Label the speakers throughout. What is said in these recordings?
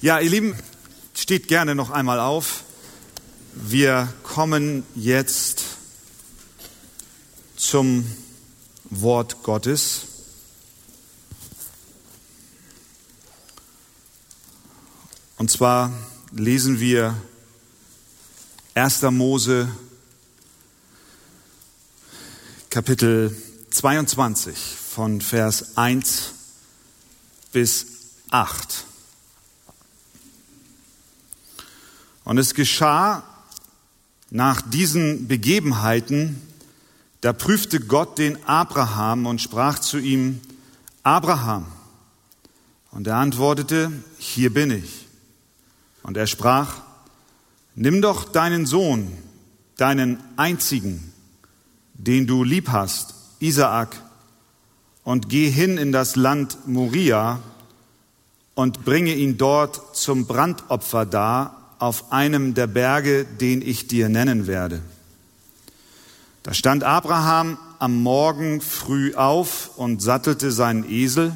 Speaker 1: Ja, ihr Lieben, steht gerne noch einmal auf. Wir kommen jetzt zum Wort Gottes. Und zwar lesen wir 1. Mose, Kapitel 22, von Vers 1 bis 8. Und es geschah nach diesen Begebenheiten, da prüfte Gott den Abraham und sprach zu ihm: Abraham. Und er antwortete: Hier bin ich. Und er sprach: Nimm doch deinen Sohn, deinen einzigen, den du lieb hast, Isaak, und geh hin in das Land Moria und bringe ihn dort zum Brandopfer dar, auf einem der Berge, den ich dir nennen werde. Da stand Abraham am Morgen früh auf und sattelte seinen Esel.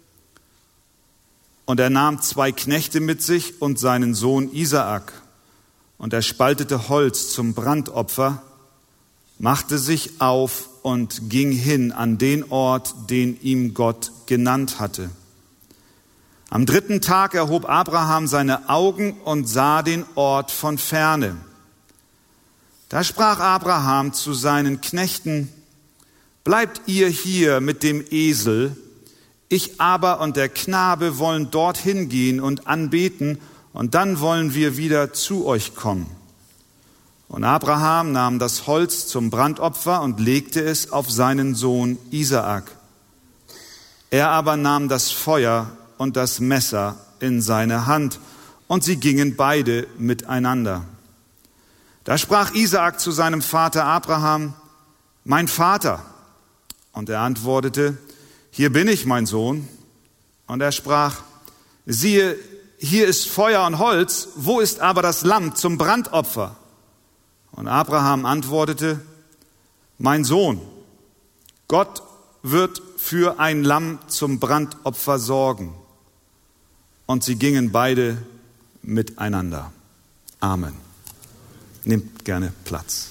Speaker 1: Und er nahm 2 Knechte mit sich und seinen Sohn Isaak. Und er spaltete Holz zum Brandopfer, machte sich auf und ging hin an den Ort, den ihm Gott genannt hatte. Am 3. Tag erhob Abraham seine Augen und sah den Ort von ferne. Da sprach Abraham zu seinen Knechten: Bleibt ihr hier mit dem Esel, ich aber und der Knabe wollen dorthin gehen und anbeten, und dann wollen wir wieder zu euch kommen. Und Abraham nahm das Holz zum Brandopfer und legte es auf seinen Sohn Isaak. Er aber nahm das Feuer und das Messer in seine Hand, und sie gingen beide miteinander. Da sprach Isaak zu seinem Vater Abraham: Mein Vater. Und er antwortete: Hier bin ich, mein Sohn. Und er sprach: Siehe, hier ist Feuer und Holz, wo ist aber das Lamm zum Brandopfer? Und Abraham antwortete: Mein Sohn, Gott wird für ein Lamm zum Brandopfer sorgen. Und sie gingen beide miteinander. Amen. Nehmt gerne Platz.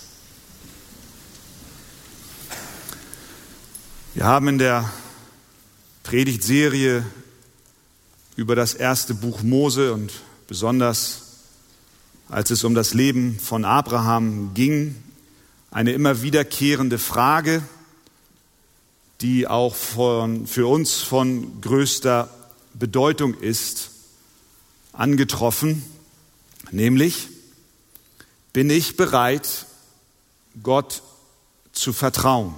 Speaker 1: Wir haben in der Predigtserie über das erste Buch Mose und besonders als es um das Leben von Abraham ging, eine immer wiederkehrende Frage, die auch für uns von größter Bedeutung ist, angetroffen, nämlich: Bin ich bereit, Gott zu vertrauen?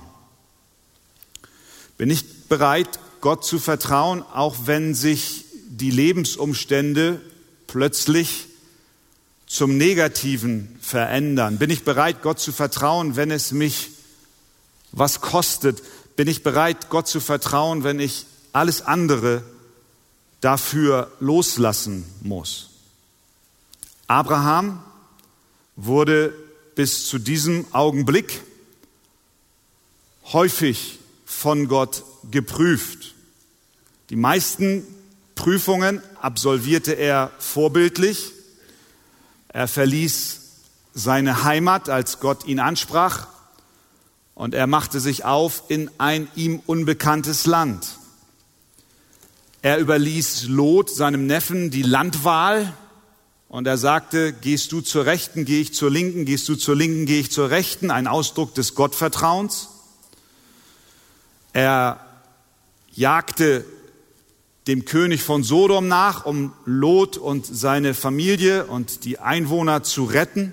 Speaker 1: Bin ich bereit, Gott zu vertrauen, auch wenn sich die Lebensumstände plötzlich zum Negativen verändern? Bin ich bereit, Gott zu vertrauen, wenn es mich was kostet? Bin ich bereit, Gott zu vertrauen, wenn ich alles andere dafür loslassen muss? Abraham wurde bis zu diesem Augenblick häufig von Gott geprüft. Die meisten Prüfungen absolvierte er vorbildlich. Er verließ seine Heimat, als Gott ihn ansprach, und er machte sich auf in ein ihm unbekanntes Land. Er überließ Lot, seinem Neffen, die Landwahl, und er sagte: Gehst du zur Rechten, gehe ich zur Linken, gehst du zur Linken, gehe ich zur Rechten, ein Ausdruck des Gottvertrauens. Er jagte dem König von Sodom nach, um Lot und seine Familie und die Einwohner zu retten.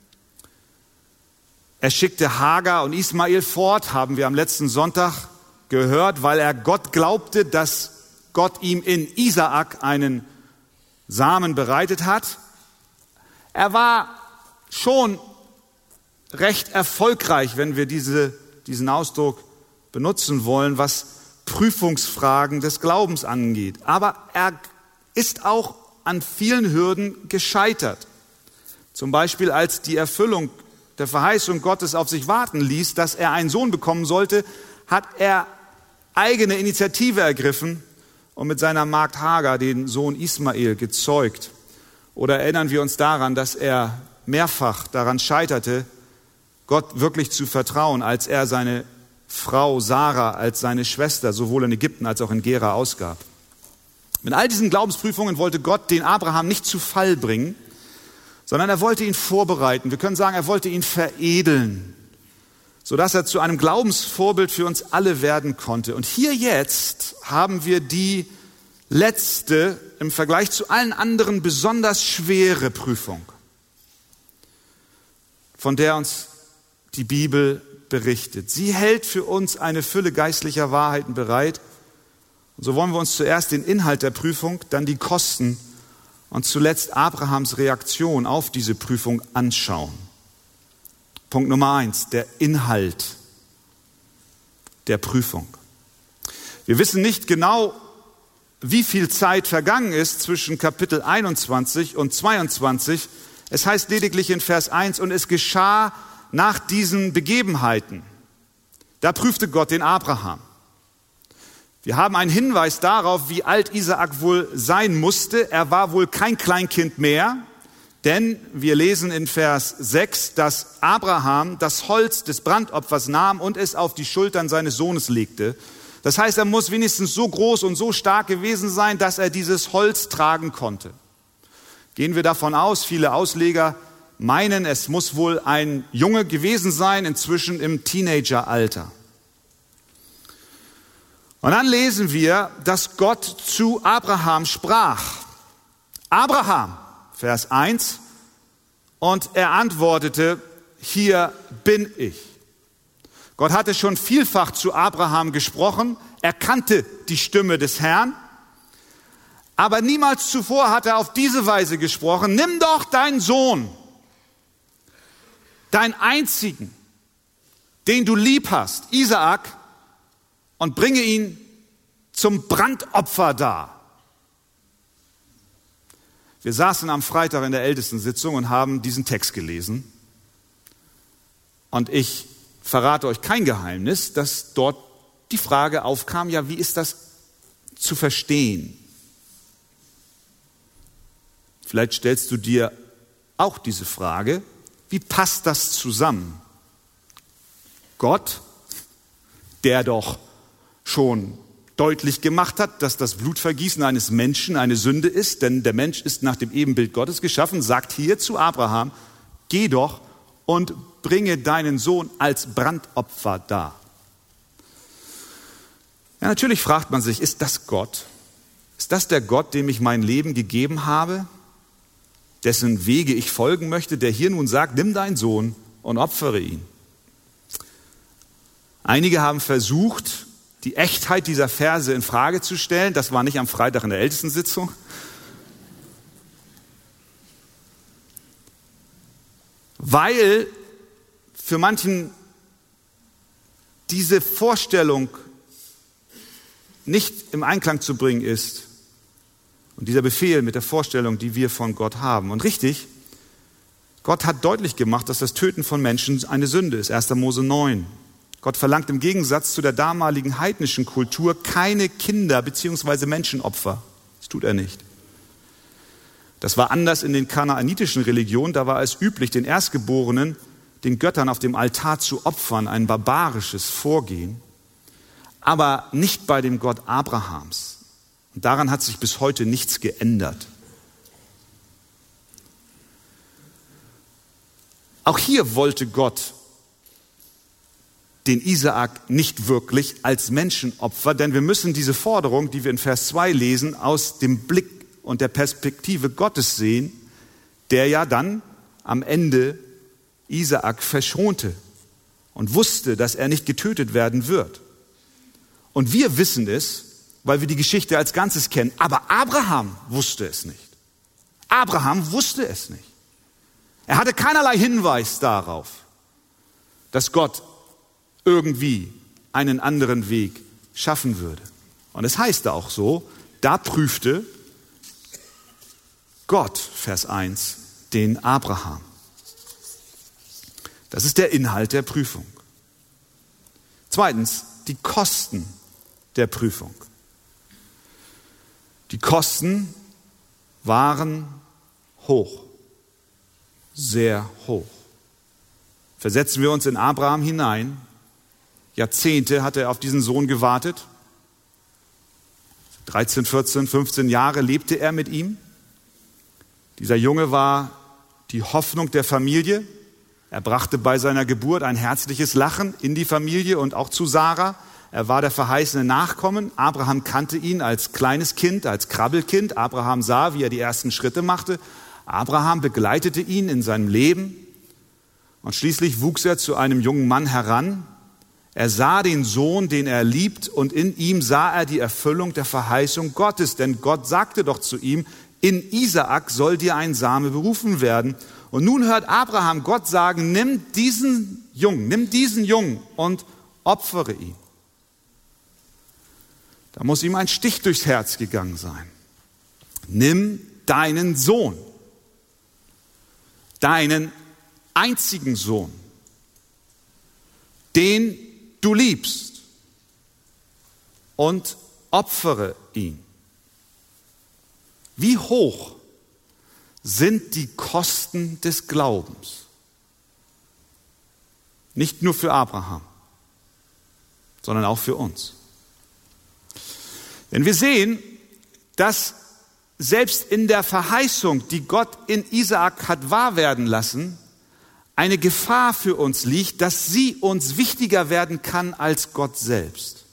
Speaker 1: Er schickte Hagar und Ismael fort, haben wir am letzten Sonntag gehört, weil er Gott glaubte, dass Gott ihm in Isaak einen Samen bereitet hat. Er war schon recht erfolgreich, wenn wir diesen Ausdruck benutzen wollen, was Prüfungsfragen des Glaubens angeht. Aber er ist auch an vielen Hürden gescheitert. Zum Beispiel, als die Erfüllung der Verheißung Gottes auf sich warten ließ, dass er einen Sohn bekommen sollte, hat er eigene Initiative ergriffen und mit seiner Magd Hagar den Sohn Ismael gezeugt. Oder erinnern wir uns daran, dass er mehrfach daran scheiterte, Gott wirklich zu vertrauen, als er seine Frau Sarah als seine Schwester sowohl in Ägypten als auch in Gera ausgab. Mit all diesen Glaubensprüfungen wollte Gott den Abraham nicht zu Fall bringen, sondern er wollte ihn vorbereiten. Wir können sagen, er wollte ihn veredeln, sodass er zu einem Glaubensvorbild für uns alle werden konnte. Und hier jetzt haben wir die letzte, im Vergleich zu allen anderen besonders schwere Prüfung, von der uns die Bibel berichtet. Sie hält für uns eine Fülle geistlicher Wahrheiten bereit. Und so wollen wir uns zuerst den Inhalt der Prüfung, dann die Kosten und zuletzt Abrahams Reaktion auf diese Prüfung anschauen. Punkt Nummer 1, der Inhalt der Prüfung. Wir wissen nicht genau, wie viel Zeit vergangen ist zwischen Kapitel 21 und 22. Es heißt lediglich in Vers 1, und es geschah nach diesen Begebenheiten. Da prüfte Gott den Abraham. Wir haben einen Hinweis darauf, wie alt Isaak wohl sein musste. Er war wohl kein Kleinkind mehr, denn wir lesen in Vers 6, dass Abraham das Holz des Brandopfers nahm und es auf die Schultern seines Sohnes legte. Das heißt, er muss wenigstens so groß und so stark gewesen sein, dass er dieses Holz tragen konnte. Gehen wir davon aus, viele Ausleger meinen, es muss wohl ein Junge gewesen sein, inzwischen im Teenageralter. Und dann lesen wir, dass Gott zu Abraham sprach. Abraham, Vers 1, und er antwortete, hier bin ich. Gott hatte schon vielfach zu Abraham gesprochen, er kannte die Stimme des Herrn, aber niemals zuvor hat er auf diese Weise gesprochen, nimm doch deinen Sohn, deinen einzigen, den du lieb hast, Isaak, und bringe ihn zum Brandopfer dar. Wir saßen am Freitag in der Ältestensitzung und haben diesen Text gelesen. Und ich verrate euch kein Geheimnis, dass dort die Frage aufkam, ja, wie ist das zu verstehen? Vielleicht stellst du dir auch diese Frage, wie passt das zusammen? Gott, der doch schon deutlich gemacht hat, dass das Blutvergießen eines Menschen eine Sünde ist, denn der Mensch ist nach dem Ebenbild Gottes geschaffen, sagt hier zu Abraham, geh doch und bringe deinen Sohn als Brandopfer dar. Ja, natürlich fragt man sich, ist das Gott? Ist das der Gott, dem ich mein Leben gegeben habe, dessen Wege ich folgen möchte, der hier nun sagt, nimm deinen Sohn und opfere ihn? Einige haben versucht, die Echtheit dieser Verse in Frage zu stellen. Das war nicht am Freitag in der Ältestensitzung. Weil für manchen diese Vorstellung nicht im Einklang zu bringen ist. Und dieser Befehl mit der Vorstellung, die wir von Gott haben. Und richtig, Gott hat deutlich gemacht, dass das Töten von Menschen eine Sünde ist. 1. Mose 9. Gott verlangt im Gegensatz zu der damaligen heidnischen Kultur keine Kinder bzw. Menschenopfer. Das tut er nicht. Das war anders in den kanaanitischen Religionen. Da war es üblich, den Erstgeborenen den Göttern auf dem Altar zu opfern, ein barbarisches Vorgehen. Aber nicht bei dem Gott Abrahams. Und daran hat sich bis heute nichts geändert. Auch hier wollte Gott den Isaak nicht wirklich als Menschenopfer, denn wir müssen diese Forderung, die wir in Vers 2 lesen, aus dem Blick und der Perspektive Gottes sehen, der ja dann am Ende Isaak verschonte und wusste, dass er nicht getötet werden wird. Und wir wissen es, weil wir die Geschichte als Ganzes kennen, aber Abraham wusste es nicht. Abraham wusste es nicht. Er hatte keinerlei Hinweis darauf, dass Gott irgendwie einen anderen Weg schaffen würde. Und es heißt auch so, da prüfte Gott, Vers 1, den Abraham. Das ist der Inhalt der Prüfung. Zweitens, die Kosten der Prüfung. Die Kosten waren hoch, sehr hoch. Versetzen wir uns in Abraham hinein. Jahrzehnte hat er auf diesen Sohn gewartet. 13, 14, 15 Jahre lebte er mit ihm. Dieser Junge war die Hoffnung der Familie. Er brachte bei seiner Geburt ein herzliches Lachen in die Familie und auch zu Sarah. Er war der verheißene Nachkommen. Abraham kannte ihn als kleines Kind, als Krabbelkind. Abraham sah, wie er die ersten Schritte machte. Abraham begleitete ihn in seinem Leben. Und schließlich wuchs er zu einem jungen Mann heran. Er sah den Sohn, den er liebt, und in ihm sah er die Erfüllung der Verheißung Gottes. Denn Gott sagte doch zu ihm, in Isaak soll dir ein Same berufen werden. Und nun hört Abraham Gott sagen, nimm diesen Jungen und opfere ihn. Da muss ihm ein Stich durchs Herz gegangen sein. Nimm deinen Sohn, deinen einzigen Sohn, den du liebst, und opfere ihn. Wie hoch sind die Kosten des Glaubens? Nicht nur für Abraham, sondern auch für uns. Denn wir sehen, dass selbst in der Verheißung, die Gott in Isaak hat wahr werden lassen, eine Gefahr für uns liegt, dass sie uns wichtiger werden kann als Gott selbst.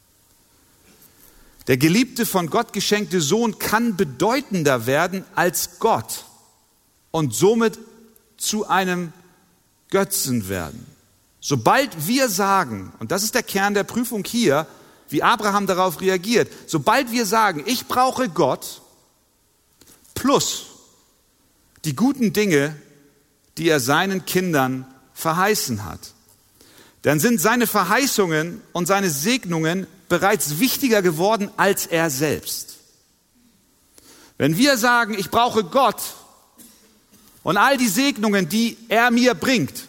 Speaker 1: Der geliebte, von Gott geschenkte Sohn kann bedeutender werden als Gott und somit zu einem Götzen werden. Sobald wir sagen, und das ist der Kern der Prüfung hier, wie Abraham darauf reagiert, sobald wir sagen, ich brauche Gott plus die guten Dinge, die er seinen Kindern verheißen hat, dann sind seine Verheißungen und seine Segnungen bereits wichtiger geworden als er selbst. Wenn wir sagen, ich brauche Gott und all die Segnungen, die er mir bringt,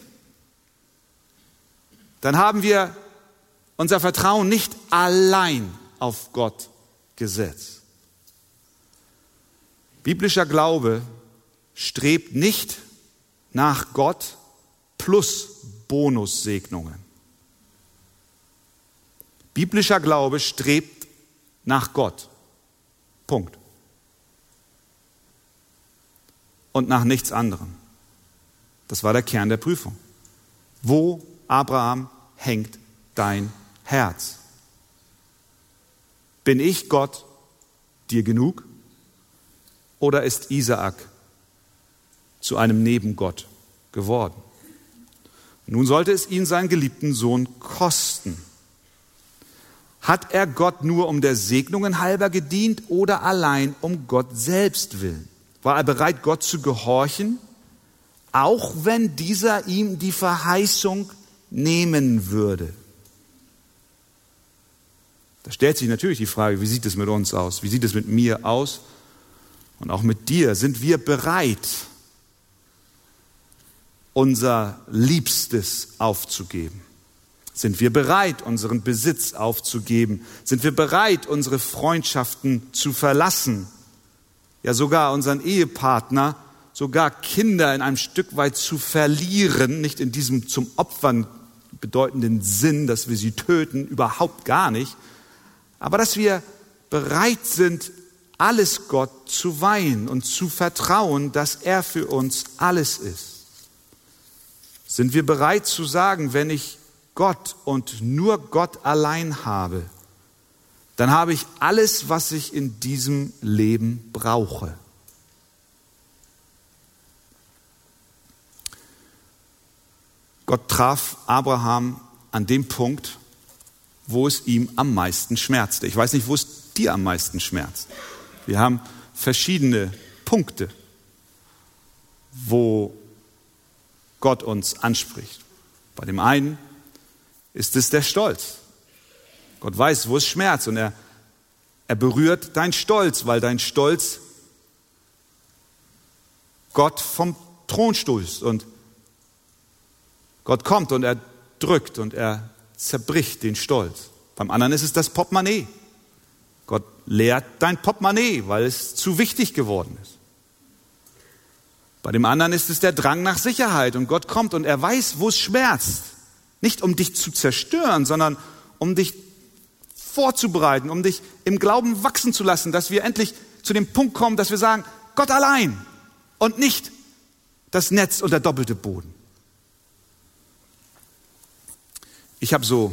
Speaker 1: dann haben wir unser Vertrauen nicht allein auf Gott gesetzt. Biblischer Glaube strebt nicht nach Gott plus Bonussegnungen. Biblischer Glaube strebt nach Gott. Punkt. Und nach nichts anderem. Das war der Kern der Prüfung. Wo, Abraham, hängt dein Herz? Bin ich Gott dir genug? Oder ist Isaak zu einem Nebengott geworden? Nun sollte es ihn seinen geliebten Sohn kosten. Hat er Gott nur um der Segnungen halber gedient oder allein um Gott selbst willen? War er bereit, Gott zu gehorchen, auch wenn dieser ihm die Verheißung nehmen würde? Da stellt sich natürlich die Frage, wie sieht es mit uns aus? Wie sieht es mit mir aus? Und auch mit dir. Sind wir bereit, unser Liebstes aufzugeben? Sind wir bereit, unseren Besitz aufzugeben? Sind wir bereit, unsere Freundschaften zu verlassen? Ja, sogar unseren Ehepartner, sogar Kinder in einem Stück weit zu verlieren, nicht in diesem zum Opfern bedeutenden Sinn, dass wir sie töten, überhaupt gar nicht, aber dass wir bereit sind, alles Gott zu weihen und zu vertrauen, dass er für uns alles ist. Sind wir bereit zu sagen, wenn ich Gott und nur Gott allein habe, dann habe ich alles, was ich in diesem Leben brauche. Gott traf Abraham an dem Punkt, wo es ihm am meisten schmerzte. Ich weiß nicht, wo es dir am meisten schmerzt. Wir haben verschiedene Punkte, wo Gott uns anspricht. Bei dem einen ist es der Stolz. Gott weiß, wo es schmerzt, und er berührt dein Stolz, weil dein Stolz Gott vom Thron stößt. Und Gott kommt und er drückt und er zerbricht den Stolz. Beim anderen ist es das Portemonnaie. Gott leert dein Portemonnaie, weil es zu wichtig geworden ist. Bei dem anderen ist es der Drang nach Sicherheit und Gott kommt und er weiß, wo es schmerzt. Nicht um dich zu zerstören, sondern um dich vorzubereiten, um dich im Glauben wachsen zu lassen, dass wir endlich zu dem Punkt kommen, dass wir sagen, Gott allein und nicht das Netz und der doppelte Boden. Ich habe so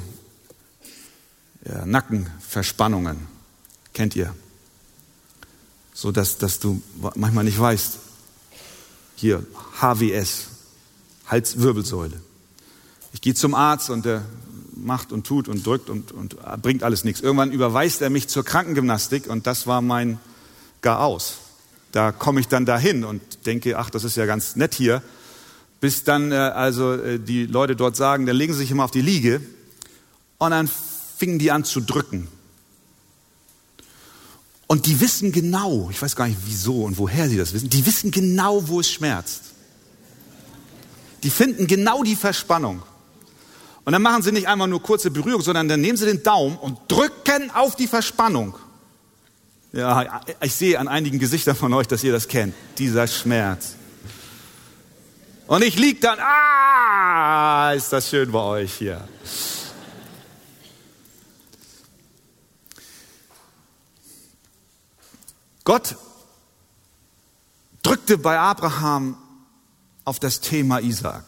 Speaker 1: Nackenverspannungen, kennt ihr? So dass du manchmal nicht weißt, hier HWS, Halswirbelsäule. Ich gehe zum Arzt und der macht und tut und drückt und bringt alles nichts. Irgendwann überweist er mich zur Krankengymnastik und das war mein Garaus. Da komme ich dann dahin und denke, ach, das ist ja ganz nett hier. Bis dann die Leute dort sagen, dann legen sie sich immer auf die Liege und dann fingen die an zu drücken. Und die wissen genau, ich weiß gar nicht wieso und woher sie das wissen, die wissen genau, wo es schmerzt. Die finden genau die Verspannung. Und dann machen sie nicht einmal nur kurze Berührung, sondern dann nehmen sie den Daumen und drücken auf die Verspannung. Ja, ich sehe an einigen Gesichtern von euch, dass ihr das kennt, dieser Schmerz. Und ich lieg dann, ist das schön bei euch hier. Gott drückte bei Abraham auf das Thema Isaak.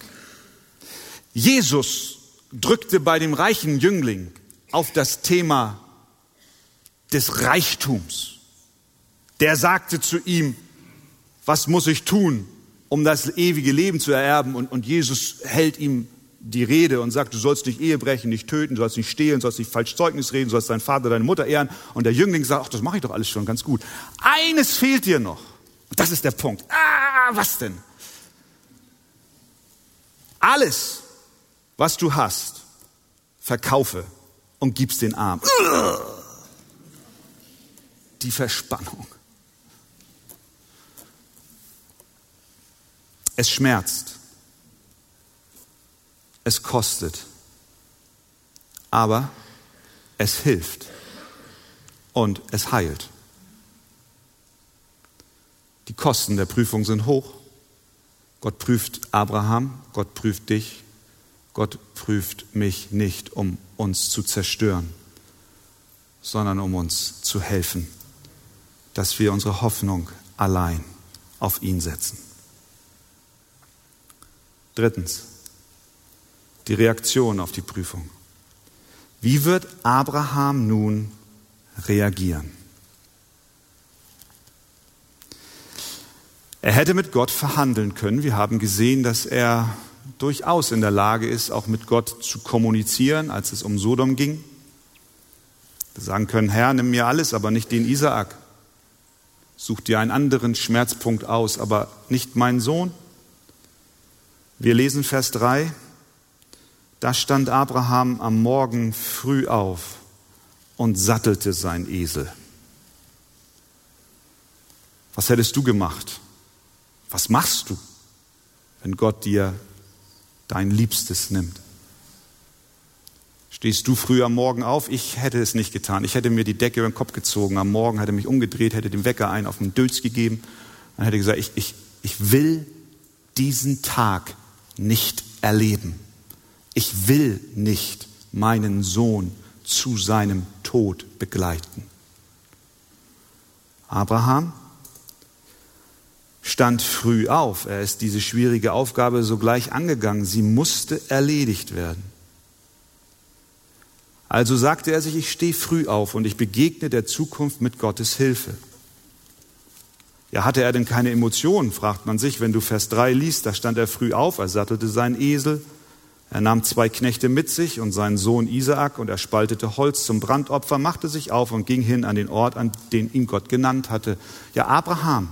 Speaker 1: Jesus drückte bei dem reichen Jüngling auf das Thema des Reichtums. Der sagte zu ihm, was muss ich tun, um das ewige Leben zu ererben? Und Jesus hält ihm die Rede und sagt, du sollst nicht Ehe brechen, nicht töten, du sollst nicht stehlen, du sollst nicht falsch Zeugnis reden, du sollst deinen Vater, deine Mutter ehren. Und der Jüngling sagt, ach, das mache ich doch alles schon ganz gut. Eines fehlt dir noch. Und das ist der Punkt. Was denn? Alles, was du hast, verkaufe und gib's den Armen. Die Verspannung. Es schmerzt. Es kostet. Aber es hilft. Und es heilt. Die Kosten der Prüfung sind hoch. Gott prüft Abraham, Gott prüft dich, Gott prüft mich nicht, um uns zu zerstören, sondern um uns zu helfen, dass wir unsere Hoffnung allein auf ihn setzen. Drittens, die Reaktion auf die Prüfung. Wie wird Abraham nun reagieren? Er hätte mit Gott verhandeln können. Wir haben gesehen, dass er durchaus in der Lage ist, auch mit Gott zu kommunizieren, als es um Sodom ging. Wir sagen können, Herr, nimm mir alles, aber nicht den Isaak. Such dir einen anderen Schmerzpunkt aus, aber nicht meinen Sohn. Wir lesen Vers 3. Da stand Abraham am Morgen früh auf und sattelte sein Esel. Was hättest du gemacht? Was machst du, wenn Gott dir dein Liebstes nimmt? Stehst du früh am Morgen auf? Ich hätte es nicht getan. Ich hätte mir die Decke über den Kopf gezogen. Am Morgen hätte mich umgedreht, hätte dem Wecker einen auf den Dötz gegeben. Dann hätte gesagt, ich will diesen Tag nicht erleben. Ich will nicht meinen Sohn zu seinem Tod begleiten. Abraham stand früh auf. Er ist diese schwierige Aufgabe sogleich angegangen. Sie musste erledigt werden. Also sagte er sich, ich stehe früh auf und ich begegne der Zukunft mit Gottes Hilfe. Ja, hatte er denn keine Emotionen, fragt man sich, wenn du Vers 3 liest. Da stand er früh auf, er sattelte seinen Esel, er nahm 2 Knechte mit sich und seinen Sohn Isaak und er spaltete Holz zum Brandopfer, machte sich auf und ging hin an den Ort, an den ihn Gott genannt hatte. Ja, Abraham,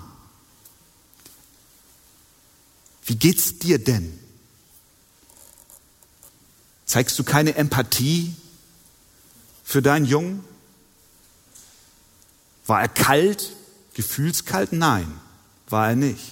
Speaker 1: wie geht's dir denn? Zeigst du keine Empathie für deinen Jungen? War er kalt, gefühlskalt? Nein, war er nicht.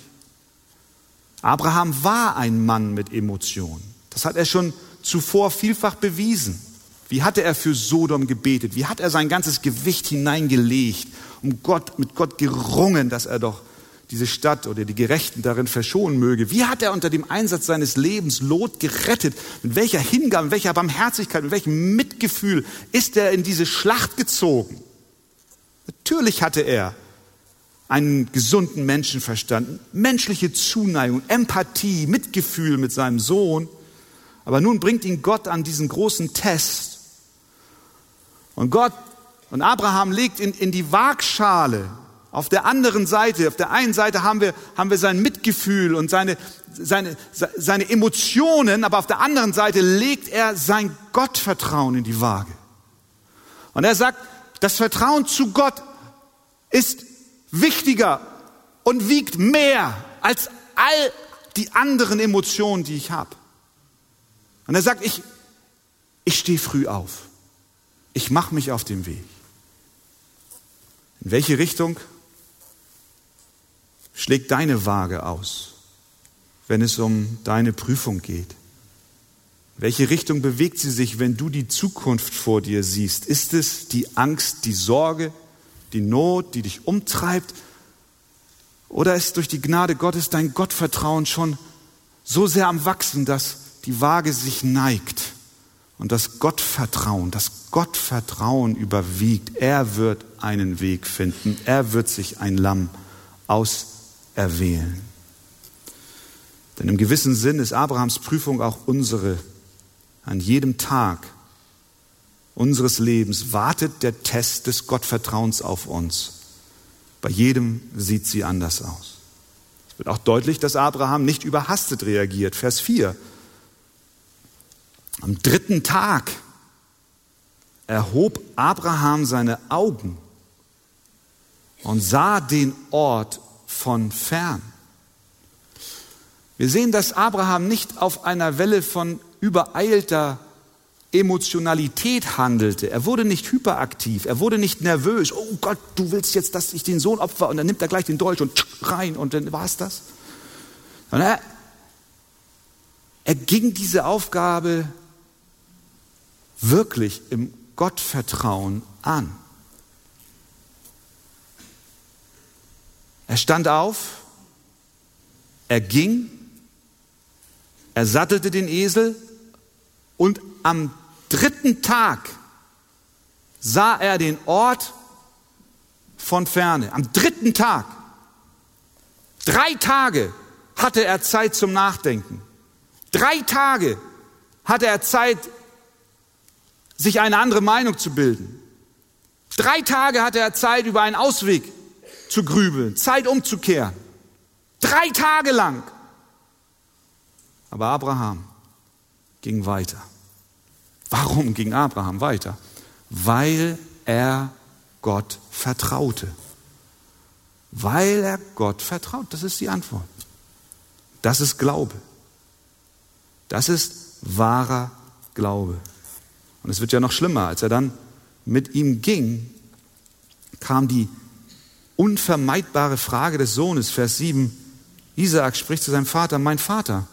Speaker 1: Abraham war ein Mann mit Emotionen. Das hat er schon zuvor vielfach bewiesen. Wie hatte er für Sodom gebetet? Wie hat er sein ganzes Gewicht hineingelegt, mit Gott gerungen, dass er doch diese Stadt oder die Gerechten darin verschonen möge? Wie hat er unter dem Einsatz seines Lebens Lot gerettet? Mit welcher Hingabe, mit welcher Barmherzigkeit, mit welchem Mitgefühl ist er in diese Schlacht gezogen? Natürlich hatte er einen gesunden Menschenverstand, menschliche Zuneigung, Empathie, Mitgefühl mit seinem Sohn. Aber nun bringt ihn Gott an diesen großen Test. Und Abraham legt in die Waagschale. Auf der anderen Seite, auf der einen Seite haben wir sein Mitgefühl und seine Emotionen, aber auf der anderen Seite legt er sein Gottvertrauen in die Waage. Und er sagt, das Vertrauen zu Gott ist wichtiger und wiegt mehr als all die anderen Emotionen, die ich habe. Und er sagt, ich stehe früh auf. Ich mache mich auf den Weg. In welche Richtung schlägt deine Waage aus, wenn es um deine Prüfung geht? In welche Richtung bewegt sie sich, wenn du die Zukunft vor dir siehst? Ist es die Angst, die Sorge, die Not, die dich umtreibt? Oder ist durch die Gnade Gottes dein Gottvertrauen schon so sehr am Wachsen, dass die Waage sich neigt und das Gottvertrauen überwiegt? Er wird einen Weg finden. Er wird sich ein Lamm auserwählen. Denn im gewissen Sinn ist Abrahams Prüfung auch unsere. An jedem Tag unseres Lebens wartet der Test des Gottvertrauens auf uns. Bei jedem sieht sie anders aus. Es wird auch deutlich, dass Abraham nicht überhastet reagiert. Vers 4. Am 3. Tag erhob Abraham seine Augen und sah den Ort von fern. Wir sehen, dass Abraham nicht auf einer Welle von übereilter Emotionalität handelte. Er wurde nicht hyperaktiv, er wurde nicht nervös. Oh Gott, du willst jetzt, dass ich den Sohn opfer, und dann nimmt er gleich den Dolch und rein und dann war es das. Und er ging diese Aufgabe wirklich im Gottvertrauen an. Er stand auf, er ging, er sattelte den Esel und am 3. Tag sah er den Ort von ferne. Am 3. Tag. 3 Tage hatte er Zeit zum Nachdenken. 3 Tage hatte er Zeit, sich eine andere Meinung zu bilden. 3 Tage hatte er Zeit, über einen Ausweg zu grübeln, Zeit umzukehren. 3 Tage lang. Aber Abraham ging weiter. Warum ging Abraham weiter? Weil er Gott vertraute. Weil er Gott vertraut. Das ist die Antwort. Das ist Glaube. Das ist wahrer Glaube. Und es wird ja noch schlimmer. Als er dann mit ihm ging, kam die unvermeidbare Frage des Sohnes. Vers 7. Isaak spricht zu seinem Vater: Mein Vater.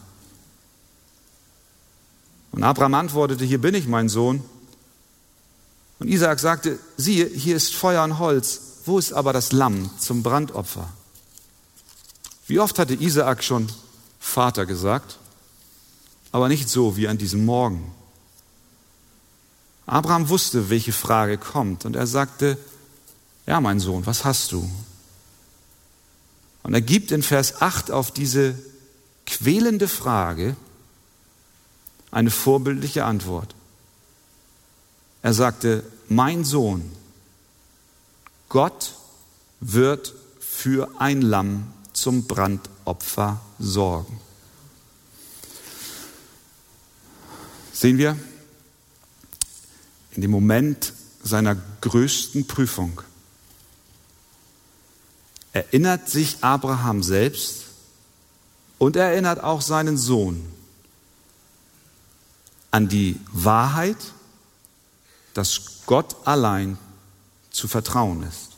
Speaker 1: Und Abraham antwortete: Hier bin ich, mein Sohn. Und Isaak sagte: Siehe, hier ist Feuer und Holz. Wo ist aber das Lamm zum Brandopfer? Wie oft hatte Isaak schon Vater gesagt, aber nicht so wie an diesem Morgen. Abraham wusste, welche Frage kommt, und er sagte: Ja, mein Sohn, was hast du? Und er gibt in Vers 8 auf diese quälende Frage eine vorbildliche Antwort. Er sagte: Mein Sohn, Gott wird für ein Lamm zum Brandopfer sorgen. Sehen wir, in dem Moment seiner größten Prüfung erinnert sich Abraham selbst und er erinnert auch seinen Sohn an die Wahrheit, dass Gott allein zu vertrauen ist.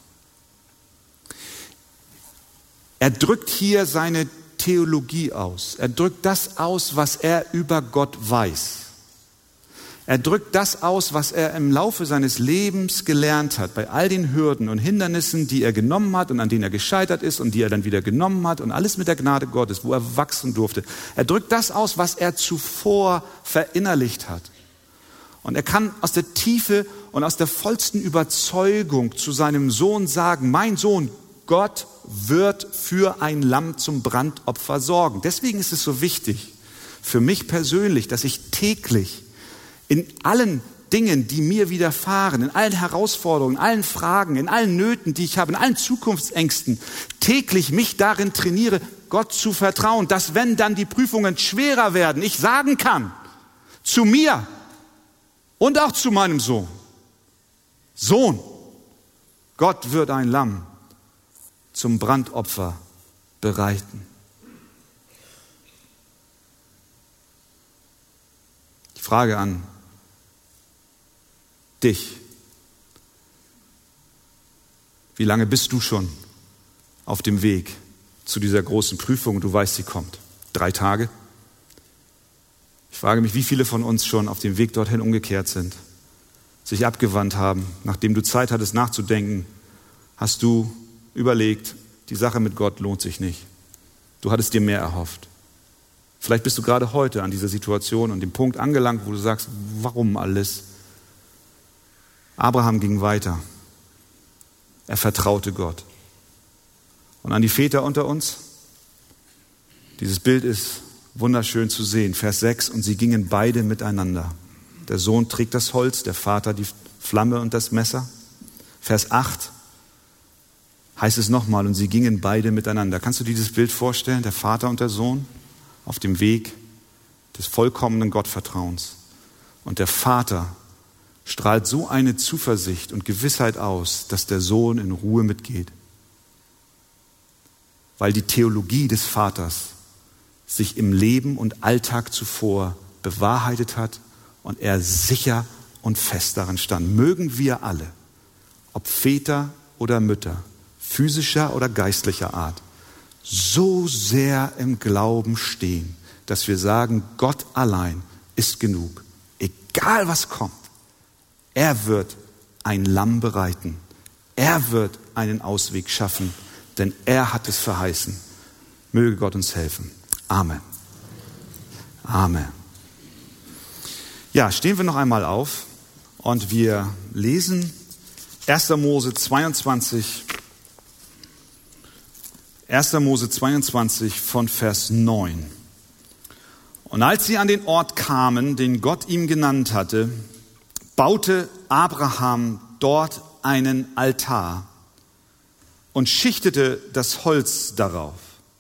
Speaker 1: Er drückt hier seine Theologie aus. Er drückt das aus, was er über Gott weiß. Er drückt das aus, was er im Laufe seines Lebens gelernt hat, bei all den Hürden und Hindernissen, die er genommen hat und an denen er gescheitert ist und die er dann wieder genommen hat und alles mit der Gnade Gottes, wo er wachsen durfte. Er drückt das aus, was er zuvor verinnerlicht hat. Und er kann aus der Tiefe und aus der vollsten Überzeugung zu seinem Sohn sagen, mein Sohn, Gott wird für ein Lamm zum Brandopfer sorgen. Deswegen ist es so wichtig für mich persönlich, dass ich täglich in allen Dingen, die mir widerfahren, in allen Herausforderungen, in allen Fragen, in allen Nöten, die ich habe, in allen Zukunftsängsten, täglich mich darin trainiere, Gott zu vertrauen, dass wenn dann die Prüfungen schwerer werden, ich sagen kann, zu mir und auch zu meinem Sohn, Sohn, Gott wird ein Lamm zum Brandopfer bereiten. Die Frage an dich. Wie lange bist du schon auf dem Weg zu dieser großen Prüfung? Du weißt, sie kommt. 3 Tage? Ich frage mich, wie viele von uns schon auf dem Weg dorthin umgekehrt sind, sich abgewandt haben. Nachdem du Zeit hattest nachzudenken, hast du überlegt, die Sache mit Gott lohnt sich nicht. Du hattest dir mehr erhofft. Vielleicht bist du gerade heute an dieser Situation und dem Punkt angelangt, wo du sagst, warum alles? Abraham ging weiter. Er vertraute Gott. Und an die Väter unter uns, dieses Bild ist wunderschön zu sehen. Vers 6, und sie gingen beide miteinander. Der Sohn trägt das Holz, der Vater die Flamme und das Messer. Vers 8 heißt es nochmal, und sie gingen beide miteinander. Kannst du dir dieses Bild vorstellen? Der Vater und der Sohn auf dem Weg des vollkommenen Gottvertrauens. Und der Vater strahlt so eine Zuversicht und Gewissheit aus, dass der Sohn in Ruhe mitgeht. Weil die Theologie des Vaters sich im Leben und Alltag zuvor bewahrheitet hat und er sicher und fest daran stand. Mögen wir alle, ob Väter oder Mütter, physischer oder geistlicher Art, so sehr im Glauben stehen, dass wir sagen, Gott allein ist genug. Egal was kommt, er wird ein Lamm bereiten. Er wird einen Ausweg schaffen, denn er hat es verheißen. Möge Gott uns helfen. Amen. Amen. Ja, stehen wir noch einmal auf und wir lesen 1. Mose 22. 1. Mose 22 von Vers 9. Und als sie an den Ort kamen, den Gott ihm genannt hatte, baute Abraham dort einen Altar und schichtete das Holz darauf.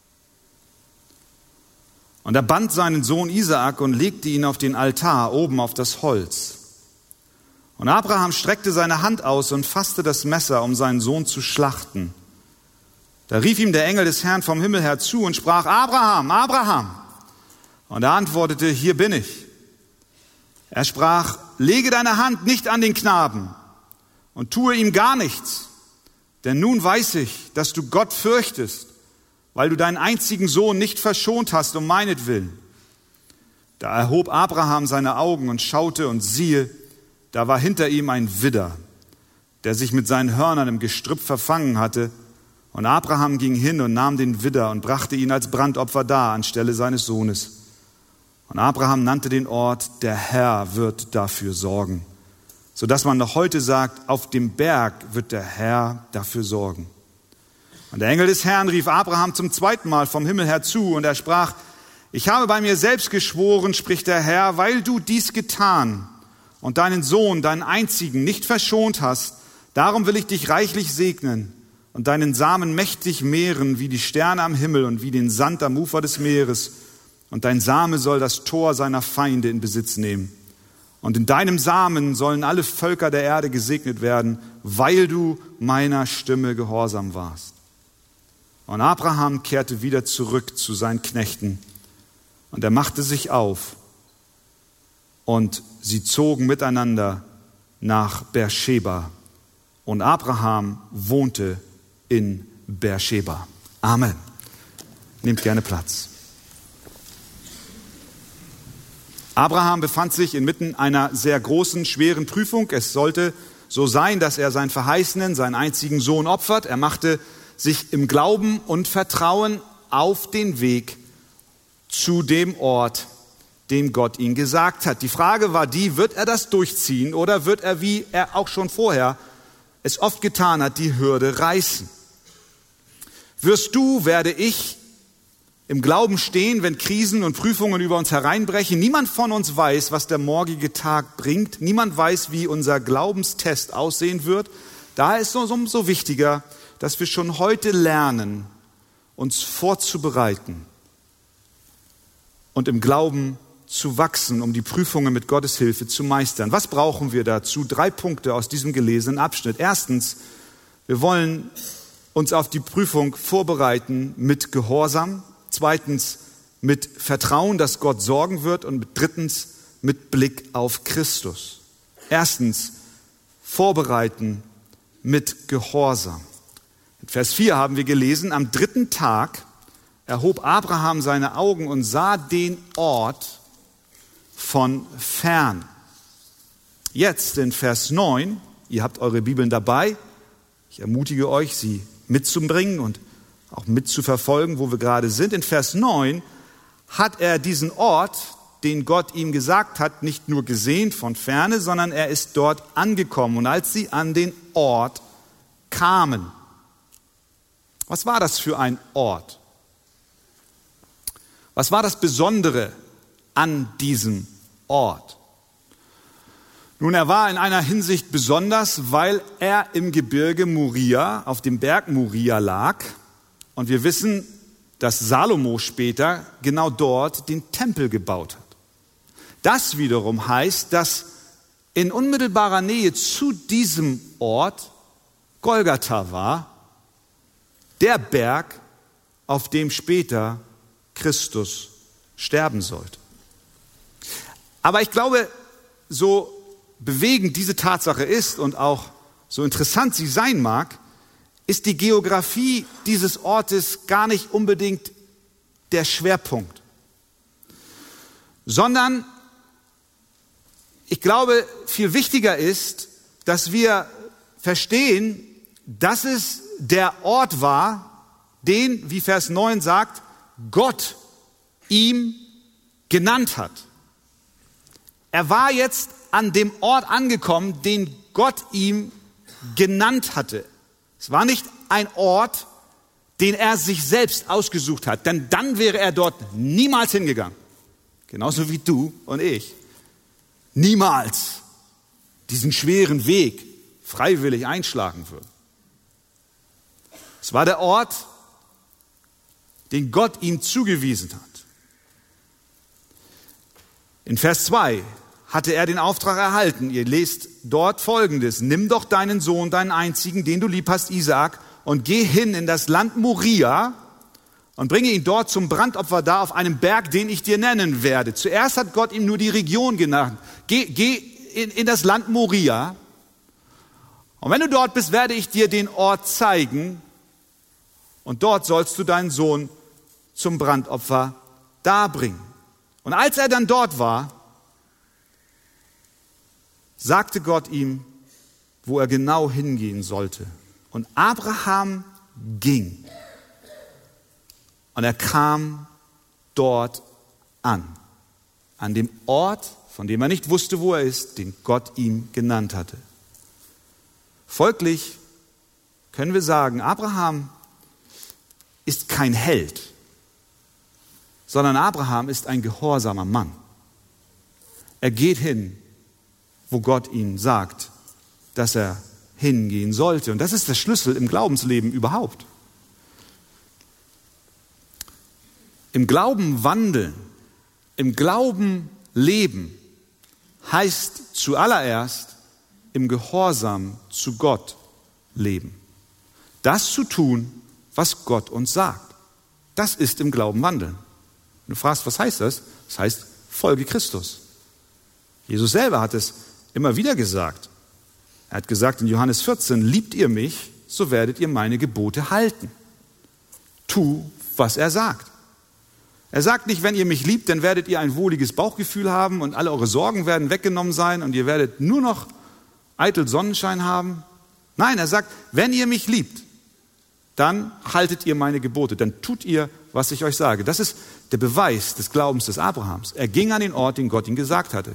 Speaker 1: Und er band seinen Sohn Isaak und legte ihn auf den Altar oben auf das Holz. Und Abraham streckte seine Hand aus und fasste das Messer, um seinen Sohn zu schlachten. Da rief ihm der Engel des Herrn vom Himmel her zu und sprach, Abraham, Abraham. Und er antwortete, hier bin ich. Er sprach, lege deine Hand nicht an den Knaben und tue ihm gar nichts. Denn nun weiß ich, dass du Gott fürchtest, weil du deinen einzigen Sohn nicht verschont hast um meinetwillen. Da erhob Abraham seine Augen und schaute und siehe, da war hinter ihm ein Widder, der sich mit seinen Hörnern im Gestrüpp verfangen hatte. Und Abraham ging hin und nahm den Widder und brachte ihn als Brandopfer dar anstelle seines Sohnes. Und Abraham nannte den Ort, der Herr wird dafür sorgen. Sodass man noch heute sagt, auf dem Berg wird der Herr dafür sorgen. Und der Engel des Herrn rief Abraham zum 2. Mal vom Himmel her zu und er sprach, ich habe bei mir selbst geschworen, spricht der Herr, weil du dies getan und deinen Sohn, deinen einzigen, nicht verschont hast, darum will ich dich reichlich segnen und deinen Samen mächtig mehren wie die Sterne am Himmel und wie den Sand am Ufer des Meeres. Und dein Same soll das Tor seiner Feinde in Besitz nehmen. Und in deinem Samen sollen alle Völker der Erde gesegnet werden, weil du meiner Stimme gehorsam warst. Und Abraham kehrte wieder zurück zu seinen Knechten. Und er machte sich auf. Und sie zogen miteinander nach Beersheba. Und Abraham wohnte in Beersheba. Amen. Nehmt gerne Platz. Abraham befand sich inmitten einer sehr großen, schweren Prüfung. Es sollte so sein, dass er seinen verheißenen, seinen einzigen Sohn opfert. Er machte sich im Glauben und Vertrauen auf den Weg zu dem Ort, den Gott ihm gesagt hat. Die Frage war die, wird er das durchziehen oder wird er, wie er auch schon vorher es oft getan hat, die Hürde reißen? Wirst du, werde ich im Glauben stehen, wenn Krisen und Prüfungen über uns hereinbrechen? Niemand von uns weiß, was der morgige Tag bringt. Niemand weiß, wie unser Glaubenstest aussehen wird. Daher ist es umso wichtiger, dass wir schon heute lernen, uns vorzubereiten und im Glauben zu wachsen, um die Prüfungen mit Gottes Hilfe zu meistern. Was brauchen wir dazu? 3 Punkte aus diesem gelesenen Abschnitt. Erstens, wir wollen uns auf die Prüfung vorbereiten mit Gehorsam. Zweitens, mit Vertrauen, dass Gott sorgen wird. Und drittens, mit Blick auf Christus. Erstens, vorbereiten mit Gehorsam. In Vers 4 haben wir gelesen, am 3. Tag erhob Abraham seine Augen und sah den Ort von fern. Jetzt in Vers 9, ihr habt eure Bibeln dabei, ich ermutige euch, sie mitzubringen und auch mitzuverfolgen, wo wir gerade sind. In Vers 9 hat er diesen Ort, den Gott ihm gesagt hat, nicht nur gesehen von ferne, sondern er ist dort angekommen. Und als sie an den Ort kamen, was war das für ein Ort? Was war das Besondere an diesem Ort? Nun, er war in einer Hinsicht besonders, weil er im Gebirge Moria, auf dem Berg Moria lag. Und wir wissen, dass Salomo später genau dort den Tempel gebaut hat. Das wiederum heißt, dass in unmittelbarer Nähe zu diesem Ort Golgatha war, der Berg, auf dem später Christus sterben sollte. Aber ich glaube, so bewegend diese Tatsache ist und auch so interessant sie sein mag, ist die Geografie dieses Ortes gar nicht unbedingt der Schwerpunkt, sondern ich glaube, viel wichtiger ist, dass wir verstehen, dass es der Ort war, den, wie Vers 9 sagt, Gott ihm genannt hat. Er war jetzt an dem Ort angekommen, den Gott ihm genannt hatte. Es war nicht ein Ort, den er sich selbst ausgesucht hat, denn dann wäre er dort niemals hingegangen. Genauso wie du und ich. Niemals diesen schweren Weg freiwillig einschlagen würden. Es war der Ort, den Gott ihm zugewiesen hat. In Vers 2 hatte er den Auftrag erhalten. Ihr lest dort Folgendes. Nimm doch deinen Sohn, deinen einzigen, den du lieb hast, Isaak, und geh hin in das Land Moria und bringe ihn dort zum Brandopfer dar auf einem Berg, den ich dir nennen werde. Zuerst hat Gott ihm nur die Region genannt. Geh in das Land Moria. Und wenn du dort bist, werde ich dir den Ort zeigen. Und dort sollst du deinen Sohn zum Brandopfer darbringen. Und als er dann dort war, sagte Gott ihm, wo er genau hingehen sollte. Und Abraham ging. Und er kam dort an dem Ort, von dem er nicht wusste, wo er ist, den Gott ihm genannt hatte. Folglich können wir sagen, Abraham ist kein Held, sondern Abraham ist ein gehorsamer Mann. Er geht hin, wo Gott ihm sagt, dass er hingehen sollte. Und das ist der Schlüssel im Glaubensleben überhaupt. Im Glauben wandeln, im Glauben leben, heißt zuallererst im Gehorsam zu Gott leben. Das zu tun, was Gott uns sagt. Das ist im Glauben wandeln. Du fragst, was heißt das? Das heißt, folge Christus. Jesus selber hat es immer wieder gesagt. Er hat gesagt in Johannes 14, liebt ihr mich, so werdet ihr meine Gebote halten. Tu, was er sagt. Er sagt nicht, wenn ihr mich liebt, dann werdet ihr ein wohliges Bauchgefühl haben und alle eure Sorgen werden weggenommen sein und ihr werdet nur noch eitel Sonnenschein haben. Nein, er sagt, wenn ihr mich liebt, dann haltet ihr meine Gebote, dann tut ihr, was ich euch sage. Das ist der Beweis des Glaubens des Abrahams. Er ging an den Ort, den Gott ihm gesagt hatte.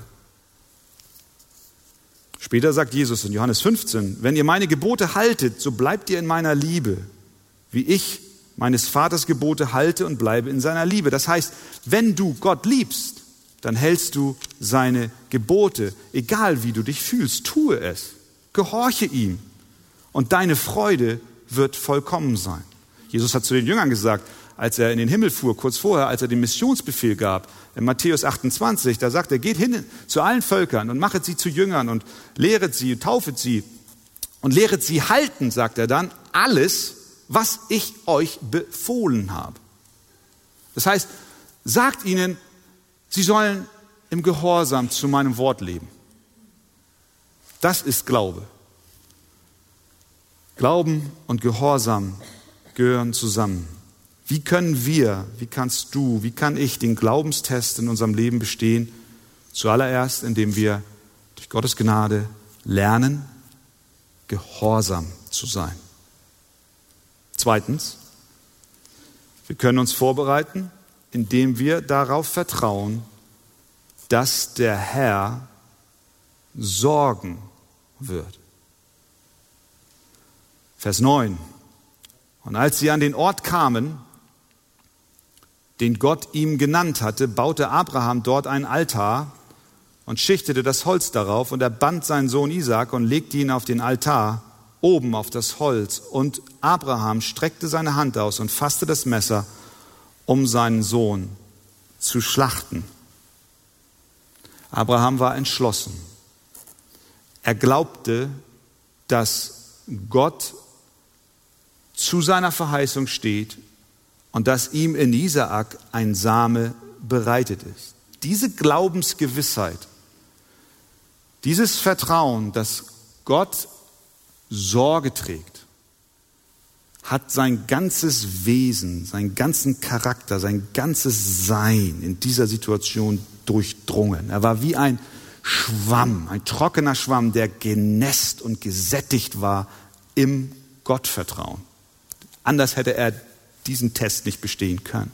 Speaker 1: Später sagt Jesus in Johannes 15, wenn ihr meine Gebote haltet, so bleibt ihr in meiner Liebe, wie ich meines Vaters Gebote halte und bleibe in seiner Liebe. Das heißt, wenn du Gott liebst, dann hältst du seine Gebote. Egal wie du dich fühlst, tue es. Gehorche ihm. Und deine Freude wird vollkommen sein. Jesus hat zu den Jüngern gesagt, als er in den Himmel fuhr, kurz vorher, als er den Missionsbefehl gab, in Matthäus 28, da sagt er, geht hin zu allen Völkern und machet sie zu Jüngern und lehret sie, taufet sie und lehret sie halten, sagt er dann, alles, was ich euch befohlen habe. Das heißt, sagt ihnen, sie sollen im Gehorsam zu meinem Wort leben. Das ist Glaube. Glauben und Gehorsam gehören zusammen. Wie können wir, wie kannst du, wie kann ich den Glaubenstest in unserem Leben bestehen? Zuallererst, indem wir durch Gottes Gnade lernen, gehorsam zu sein. Zweitens, wir können uns vorbereiten, indem wir darauf vertrauen, dass der Herr sorgen wird. Vers 9. Und als sie an den Ort kamen, den Gott ihm genannt hatte, baute Abraham dort einen Altar und schichtete das Holz darauf und er band seinen Sohn Isaak und legte ihn auf den Altar oben auf das Holz. Und Abraham streckte seine Hand aus und fasste das Messer, um seinen Sohn zu schlachten. Abraham war entschlossen. Er glaubte, dass Gott zu seiner Verheißung steht und dass ihm in Isaak ein Same bereitet ist. Diese Glaubensgewissheit, dieses Vertrauen, dass Gott Sorge trägt, hat sein ganzes Wesen, seinen ganzen Charakter, sein ganzes Sein in dieser Situation durchdrungen. Er war wie ein Schwamm, ein trockener Schwamm, der genässt und gesättigt war im Gottvertrauen. Anders hätte er diesen Test nicht bestehen können.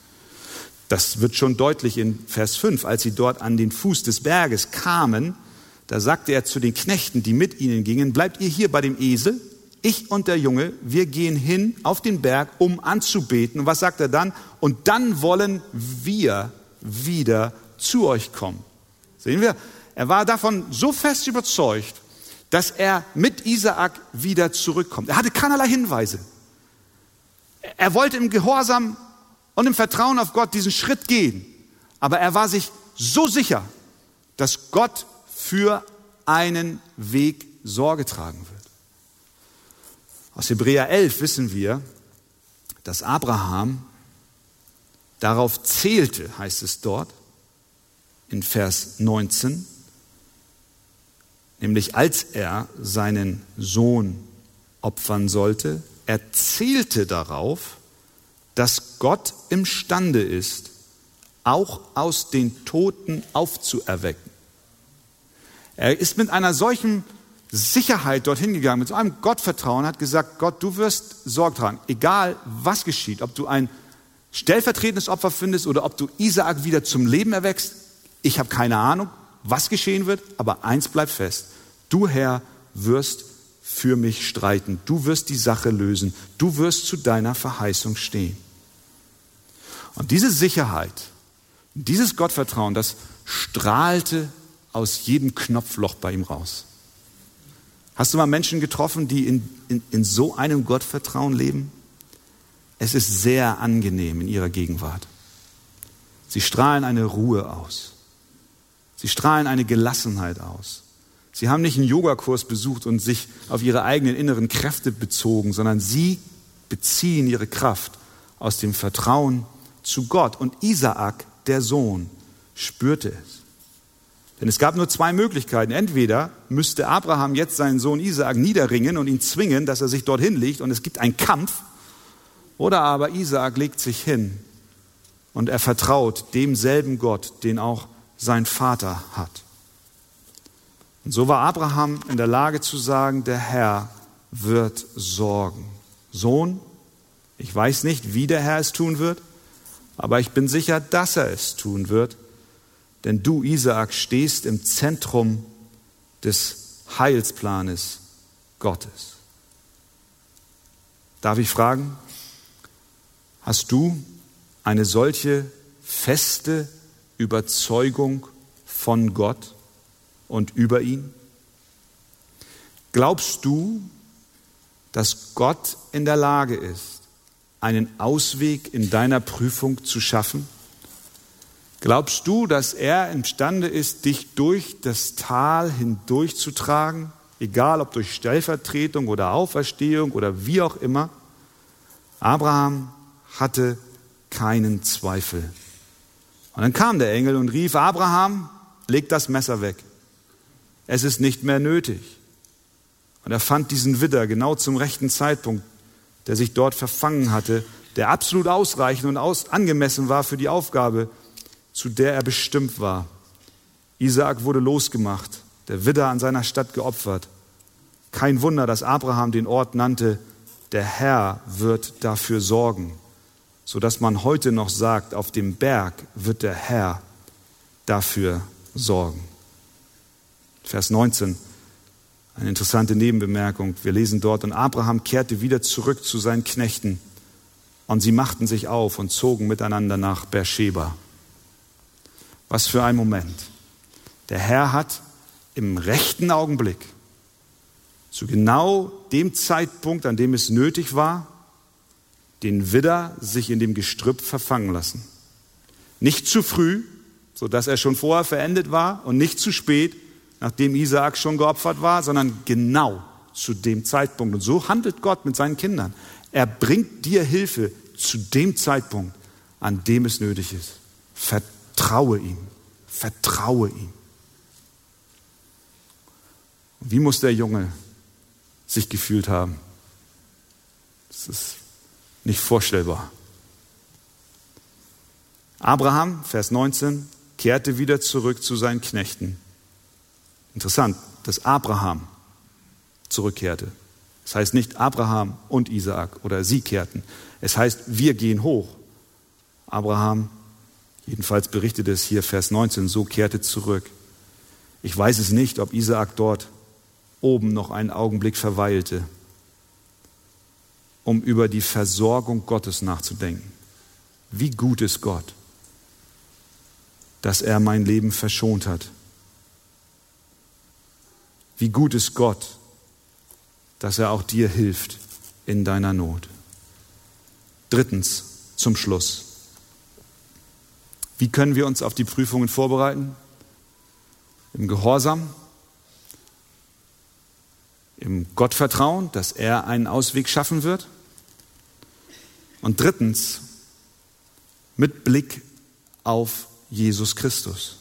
Speaker 1: Das wird schon deutlich in Vers 5, als sie dort an den Fuß des Berges kamen. Da sagte er zu den Knechten, die mit ihnen gingen, bleibt ihr hier bei dem Esel, ich und der Junge, wir gehen hin auf den Berg, um anzubeten. Und was sagt er dann? Und dann wollen wir wieder zu euch kommen. Sehen wir, er war davon so fest überzeugt, dass er mit Isaak wieder zurückkommt. Er hatte keinerlei Hinweise. Er wollte im Gehorsam und im Vertrauen auf Gott diesen Schritt gehen. Aber er war sich so sicher, dass Gott für einen Weg Sorge tragen wird. Aus Hebräer 11 wissen wir, dass Abraham darauf zählte, heißt es dort, in Vers 19, nämlich als er seinen Sohn opfern sollte, er zählte darauf, dass Gott imstande ist, auch aus den Toten aufzuerwecken. Er ist mit einer solchen Sicherheit dorthin gegangen, mit so einem Gottvertrauen, hat gesagt, Gott, du wirst Sorge tragen, egal was geschieht, ob du ein stellvertretendes Opfer findest oder ob du Isaak wieder zum Leben erweckst. Ich habe keine Ahnung, was geschehen wird, aber eins bleibt fest, du Herr wirst für mich streiten, du wirst die Sache lösen, du wirst zu deiner Verheißung stehen. Und diese Sicherheit, dieses Gottvertrauen, das strahlte aus jedem Knopfloch bei ihm raus. Hast du mal Menschen getroffen, die in so einem Gottvertrauen leben? Es ist sehr angenehm in ihrer Gegenwart. Sie strahlen eine Ruhe aus. Sie strahlen eine Gelassenheit aus. Sie haben nicht einen Yogakurs besucht und sich auf ihre eigenen inneren Kräfte bezogen, sondern sie beziehen ihre Kraft aus dem Vertrauen zu Gott. Und Isaak, der Sohn, spürte es. Denn es gab nur zwei Möglichkeiten. Entweder müsste Abraham jetzt seinen Sohn Isaak niederringen und ihn zwingen, dass er sich dorthin legt und es gibt einen Kampf. Oder aber Isaak legt sich hin und er vertraut demselben Gott, den auch sein Vater hat. Und so war Abraham in der Lage zu sagen, der Herr wird sorgen. Sohn, ich weiß nicht, wie der Herr es tun wird, aber ich bin sicher, dass er es tun wird, denn du, Isaak, stehst im Zentrum des Heilsplanes Gottes. Darf ich fragen, hast du eine solche feste Überzeugung von Gott und über ihn? Glaubst du, dass Gott in der Lage ist, einen Ausweg in deiner Prüfung zu schaffen? Glaubst du, dass er imstande ist, dich durch das Tal hindurchzutragen, egal ob durch Stellvertretung oder Auferstehung oder wie auch immer? Abraham hatte keinen Zweifel. Und dann kam der Engel und rief, Abraham, leg das Messer weg. Es ist nicht mehr nötig. Und er fand diesen Widder genau zum rechten Zeitpunkt, der sich dort verfangen hatte, der absolut ausreichend und angemessen war für die Aufgabe, zu der er bestimmt war. Isaak wurde losgemacht, der Widder an seiner Stadt geopfert. Kein Wunder, dass Abraham den Ort nannte, der Herr wird dafür sorgen, sodass man heute noch sagt, auf dem Berg wird der Herr dafür sorgen. Vers 19, eine interessante Nebenbemerkung. Wir lesen dort, und Abraham kehrte wieder zurück zu seinen Knechten und sie machten sich auf und zogen miteinander nach Beersheba. Was für ein Moment. Der Herr hat im rechten Augenblick, zu genau dem Zeitpunkt, an dem es nötig war, den Widder sich in dem Gestrüpp verfangen lassen. Nicht zu früh, sodass er schon vorher verendet war, und nicht zu spät, nachdem Isaak schon geopfert war, sondern genau zu dem Zeitpunkt. Und so handelt Gott mit seinen Kindern. Er bringt dir Hilfe zu dem Zeitpunkt, an dem es nötig ist. Vertraue ihm. Vertraue ihm. Wie muss der Junge sich gefühlt haben? Das ist nicht vorstellbar. Abraham, Vers 19, kehrte wieder zurück zu seinen Knechten. Interessant, dass Abraham zurückkehrte. Das heißt nicht Abraham und Isaak oder sie kehrten. Es heißt, wir gehen hoch. Abraham, jedenfalls berichtet es hier Vers 19, so kehrte zurück. Ich weiß es nicht, ob Isaak dort oben noch einen Augenblick verweilte, um über die Versorgung Gottes nachzudenken. Wie gut ist Gott, dass er mein Leben verschont hat. Wie gut ist Gott, dass er auch dir hilft in deiner Not. Drittens, zum Schluss. Wie können wir uns auf die Prüfungen vorbereiten? Im Gehorsam, im Gottvertrauen, dass er einen Ausweg schaffen wird. Und drittens, mit Blick auf Jesus Christus.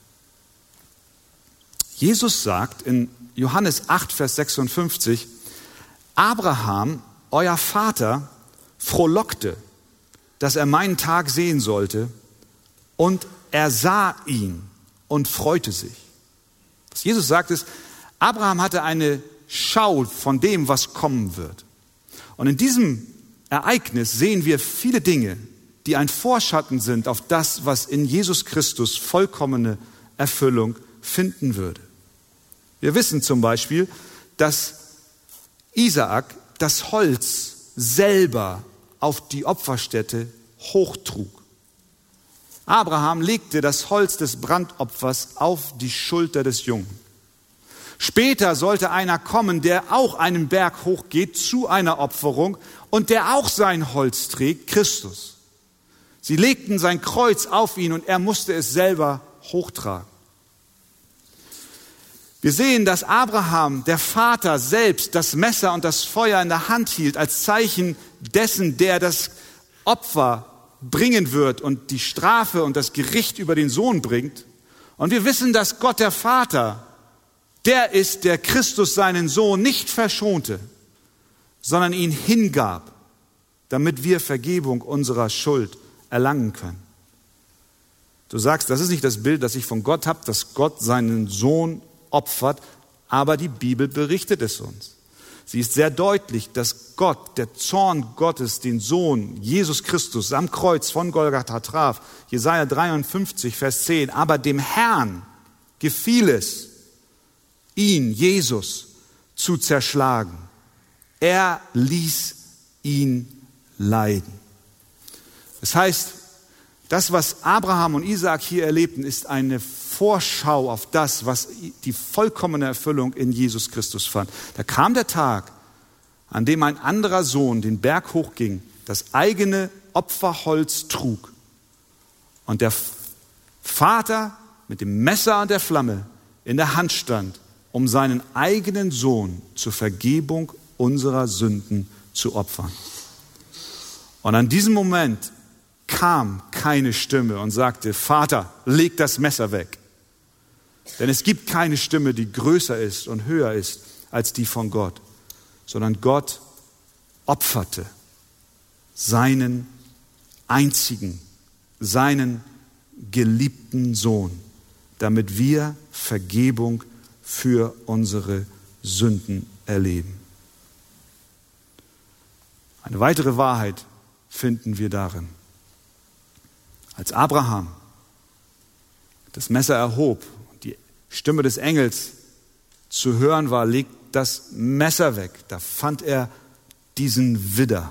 Speaker 1: Jesus sagt in Johannes 8, Vers 56, Abraham, euer Vater, frohlockte, dass er meinen Tag sehen sollte, und er sah ihn und freute sich. Was Jesus sagt ist, Abraham hatte eine Schau von dem, was kommen wird. Und in diesem Ereignis sehen wir viele Dinge, die ein Vorschatten sind auf das, was in Jesus Christus vollkommene Erfüllung finden würde. Wir wissen zum Beispiel, dass Isaak das Holz selber auf die Opferstätte hochtrug. Abraham legte das Holz des Brandopfers auf die Schulter des Jungen. Später sollte einer kommen, der auch einen Berg hochgeht zu einer Opferung und der auch sein Holz trägt, Christus. Sie legten sein Kreuz auf ihn und er musste es selber hochtragen. Wir sehen, dass Abraham, der Vater selbst, das Messer und das Feuer in der Hand hielt als Zeichen dessen, der das Opfer bringen wird und die Strafe und das Gericht über den Sohn bringt. Und wir wissen, dass Gott der Vater der ist, der Christus seinen Sohn nicht verschonte, sondern ihn hingab, damit wir Vergebung unserer Schuld erlangen können. Du sagst, das ist nicht das Bild, das ich von Gott habe, dass Gott seinen Sohn opfert, aber die Bibel berichtet es uns. Sie ist sehr deutlich, dass Gott, der Zorn Gottes, den Sohn Jesus Christus am Kreuz von Golgatha traf. Jesaja 53, Vers 10. Aber dem Herrn gefiel es, ihn, Jesus, zu zerschlagen. Er ließ ihn leiden. Das heißt, das, was Abraham und Isaak hier erlebten, ist eine Vorschau auf das, was die vollkommene Erfüllung in Jesus Christus fand. Da kam der Tag, an dem ein anderer Sohn den Berg hochging, das eigene Opferholz trug und der Vater mit dem Messer und der Flamme in der Hand stand, um seinen eigenen Sohn zur Vergebung unserer Sünden zu opfern. Und an diesem Moment kam keine Stimme und sagte, Vater, leg das Messer weg. Denn es gibt keine Stimme, die größer ist und höher ist als die von Gott, sondern Gott opferte seinen einzigen, seinen geliebten Sohn, damit wir Vergebung für unsere Sünden erleben. Eine weitere Wahrheit finden wir darin. Als Abraham das Messer erhob und die Stimme des Engels zu hören war, legt das Messer weg. Da fand er diesen Widder.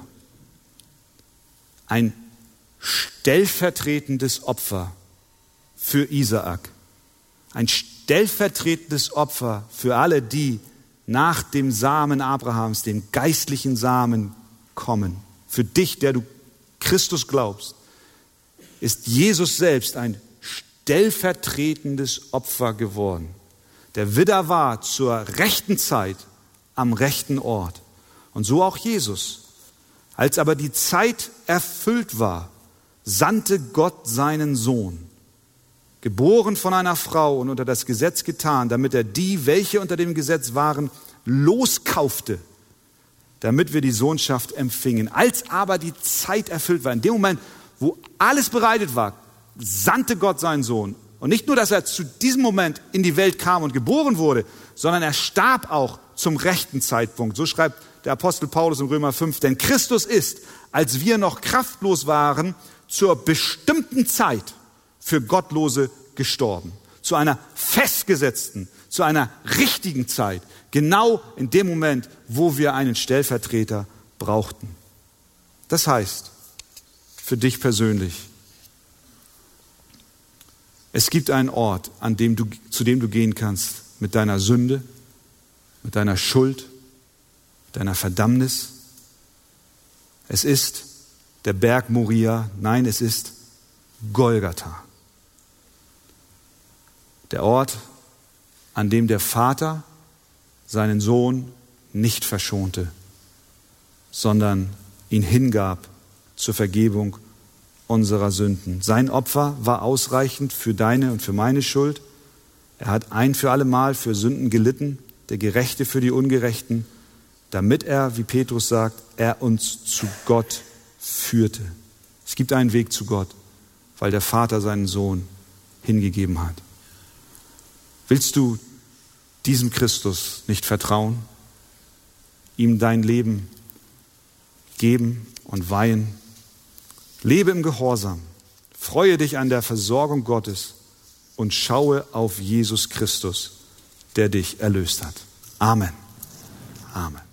Speaker 1: Ein stellvertretendes Opfer für Isaak. Ein stellvertretendes Opfer für alle, die nach dem Samen Abrahams, dem geistlichen Samen, kommen. Für dich, der du Christus glaubst, ist Jesus selbst ein stellvertretendes Opfer geworden. Der Widder war zur rechten Zeit am rechten Ort. Und so auch Jesus. Als aber die Zeit erfüllt war, sandte Gott seinen Sohn, geboren von einer Frau und unter das Gesetz getan, damit er die, welche unter dem Gesetz waren, loskaufte, damit wir die Sohnschaft empfingen. Als aber die Zeit erfüllt war, in dem Moment, wo alles bereitet war, sandte Gott seinen Sohn. Und nicht nur, dass er zu diesem Moment in die Welt kam und geboren wurde, sondern er starb auch zum rechten Zeitpunkt. So schreibt der Apostel Paulus in Römer 5, denn Christus ist, als wir noch kraftlos waren, zur bestimmten Zeit für Gottlose gestorben. Zu einer festgesetzten, zu einer richtigen Zeit. Genau in dem Moment, wo wir einen Stellvertreter brauchten. Das heißt, für dich persönlich, es gibt einen Ort, zu dem du gehen kannst mit deiner Sünde, mit deiner Schuld, mit deiner Verdammnis. Es ist der Berg Moria, nein, es ist Golgatha. Der Ort, an dem der Vater seinen Sohn nicht verschonte, sondern ihn hingab zur Vergebung unserer Sünden. Sein Opfer war ausreichend für deine und für meine Schuld. Er hat ein für alle Mal für Sünden gelitten, der Gerechte für die Ungerechten, damit er, wie Petrus sagt, er uns zu Gott führte. Es gibt einen Weg zu Gott, weil der Vater seinen Sohn hingegeben hat. Willst du diesem Christus nicht vertrauen, ihm dein Leben geben und weihen? Lebe im Gehorsam, freue dich an der Versorgung Gottes und schaue auf Jesus Christus, der dich erlöst hat. Amen. Amen.